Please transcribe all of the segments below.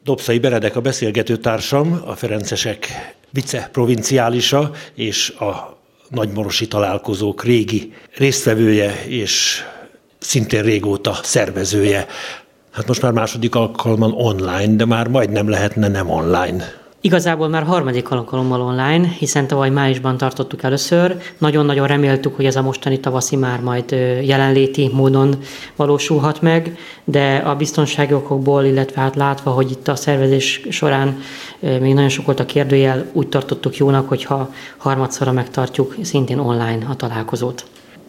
Dobszai Benedek a beszélgetőtársam, a ferencesek viceprovinciálisa és a nagymorosi találkozók régi résztvevője és szintén régóta szervezője. Hát most már második alkalommal online, de már majdnem lehetne nem online. Igazából már harmadik alkalommal online, hiszen tavaly májusban tartottuk először. Nagyon-nagyon reméltük, hogy ez a mostani tavaszi már majd jelenléti módon valósulhat meg, de a biztonsági okokból, illetve hát látva, hogy itt a szervezés során még nagyon sok volt a kérdőjel, úgy tartottuk jónak, hogyha harmadszorra megtartjuk szintén online a találkozót.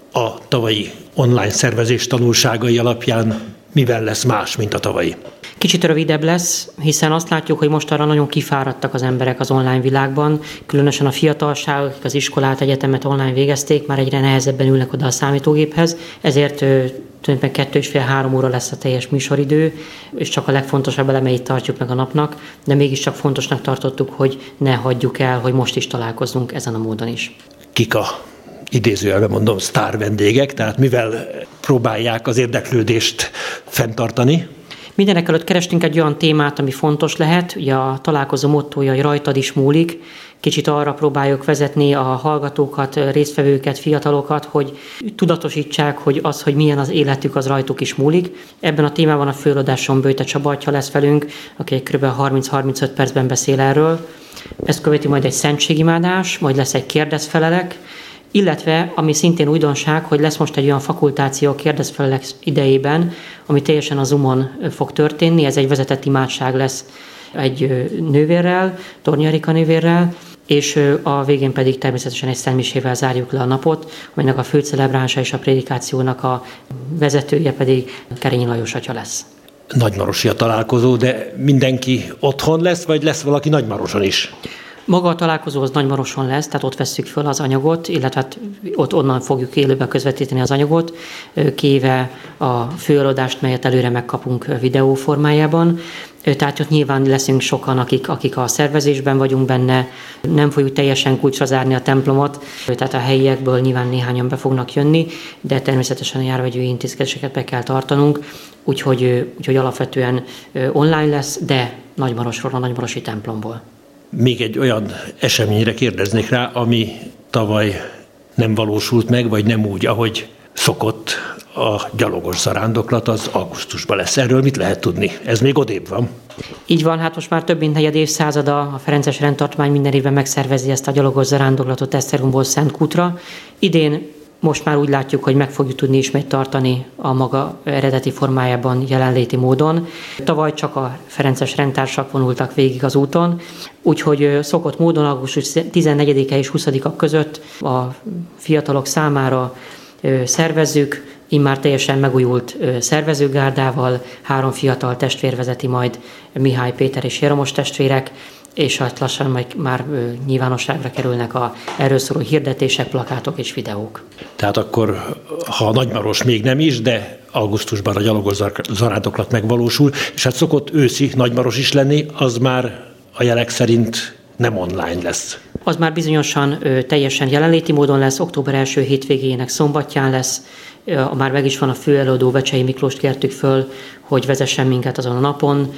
A tavalyi online szervezés tanulságai alapján mivel lesz más, mint a tavalyi? Kicsit rövidebb lesz, hiszen azt látjuk, hogy mostanra nagyon kifáradtak az emberek az online világban, különösen a fiatalság, akik az iskolát, egyetemet online végezték, már egyre nehezebben ülnek oda a számítógéphez, ezért tulajdonképpen 2,5-3 óra lesz a teljes műsoridő, és csak a legfontosabb elemeit tartjuk meg a napnak, de mégiscsak fontosnak tartottuk, hogy ne hagyjuk el, hogy most is találkozzunk ezen a módon is. Kik a idézőjelben mondom sztár vendégek, tehát mivel próbálják az érdeklődést fenntartani? Mindenekelőtt kerestünk egy olyan témát, ami fontos lehet. Ugye a találkozó mottója, hogy rajtad is múlik. Kicsit arra próbáljuk vezetni a hallgatókat, résztvevőket, fiatalokat, hogy tudatosítsák, hogy az, hogy milyen az életük, az rajtuk is múlik. Ebben a témában a főadáson Böjte Csaba atya lesz velünk, aki egy kb. 30-35 percben beszél erről. Ezt követi majd egy szentségimádás, majd lesz egy kérdezfelelek, illetve, ami szintén újdonság, hogy lesz most egy olyan fakultáció a kérdezfelelek idejében, ami teljesen a Zoomon fog történni. Ez egy vezetett imádság lesz egy nővérrel, Tornya Erika nővérrel, és a végén pedig természetesen egy szentmisével zárjuk le a napot, aminek a főcelebránsa és a prédikációnak a vezetője pedig Kerényi Lajos atya lesz. Nagymarosi a találkozó, de mindenki otthon lesz, vagy lesz valaki Nagymaroson is? Maga a találkozó az Nagymaroson lesz, tehát ott vesszük föl az anyagot, illetve hát ott onnan fogjuk élőben közvetíteni az anyagot, kivéve a főeladást, melyet előre megkapunk videó formájában. Tehát ott nyilván leszünk sokan, akik a szervezésben vagyunk benne, nem fogjuk teljesen kulcsra zárni a templomot, tehát a helyiekből nyilván néhányan be fognak jönni, de természetesen a járványügyi intézkedéseket be kell tartanunk, úgyhogy alapvetően online lesz, de Nagymarosról, a nagymarosi templomból. Még egy olyan eseményre kérdeznék rá, ami tavaly nem valósult meg, vagy nem úgy, ahogy szokott. A gyalogos zarándoklat az augusztusban lesz. Erről mit lehet tudni? Ez még odébb van. Így van, hát most már több mint negyed évszázada a ferences rendtartmány minden évben megszervezi ezt a gyalogos zarándoklatot Esztergomból Szentkútra. Idén most már úgy látjuk, hogy meg fogjuk tudni ismét tartani a maga eredeti formájában jelenléti módon. Tavaly csak a ferences rendtársak vonultak végig az úton, úgyhogy szokott módon augusztus 14-e és 20-a között a fiatalok számára szervezzük, immár teljesen megújult szervezőgárdával, 3 fiatal testvér vezeti majd, Mihály Péter és Jeromos testvérek, és hát lassan majd már nyilvánosságra kerülnek erről szóló hirdetések, plakátok és videók. Tehát akkor, ha Nagymaros még nem is, de augusztusban a gyalogos zarándoklat megvalósul, és hát szokott őszi Nagymaros is lenni, az már a jelek szerint nem online lesz. Az már bizonyosan teljesen jelenléti módon lesz, október első hétvégének szombatján lesz, már meg is van a főelőadó, Becsei Miklóst kértük föl, hogy vezessen minket azon a napon.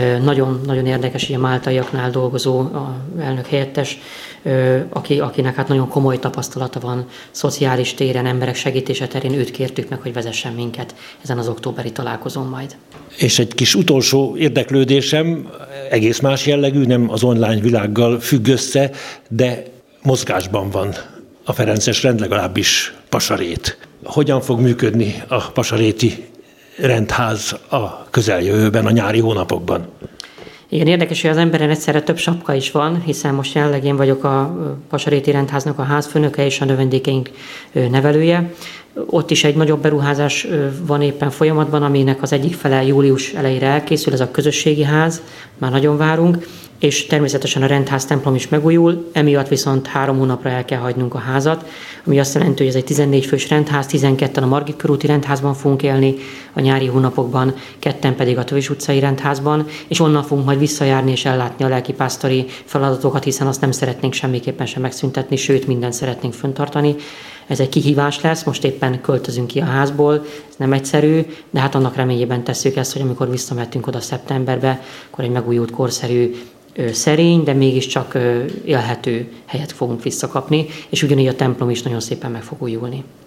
Nagyon érdekes, ilyen máltaiaknál dolgozó a elnök helyettes, akinek hát nagyon komoly tapasztalata van szociális téren, emberek segítése terén, őt kértük meg, hogy vezessen minket ezen az októberi találkozón majd. És egy kis utolsó érdeklődésem, egész más jellegű, nem az online világgal függ össze, de mozgásban van a ferences rend, legalábbis Pasarét. Hogyan fog működni a pasaréti rendház a közeljövőben, a nyári hónapokban? Igen, érdekes, hogy az emberen egyszerre több sapka is van, hiszen most jelenleg én vagyok a Pasaréti Rendháznak a házfőnöke és a növendékeink nevelője. Ott is egy nagyobb beruházás van éppen folyamatban, aminek az egyik fele július elejére elkészül, ez a közösségi ház, már nagyon várunk, és természetesen a rendház templom is megújul, emiatt viszont 3 hónapra el kell hagynunk a házat, ami azt jelenti, hogy ez egy 14 fős rendház, 12-en a Margit körúti rendházban fogunk élni, a nyári hónapokban 2 pedig a Tövis utcai rendházban, és onnan fogunk majd visszajárni és ellátni a lelkipásztori feladatokat, hiszen azt nem szeretnénk semmiképpen sem megszüntetni, sőt, mindent szeretnénk fenntartani. Ez egy kihívás lesz, most éppen költözünk ki a házból, ez nem egyszerű, de hát annak reményében tesszük ezt, hogy amikor visszamettünk oda szeptemberbe, akkor egy megújult, korszerű, szerény, de mégiscsak élhető helyet fogunk visszakapni, és ugyanígy a templom is nagyon szépen meg fog újulni.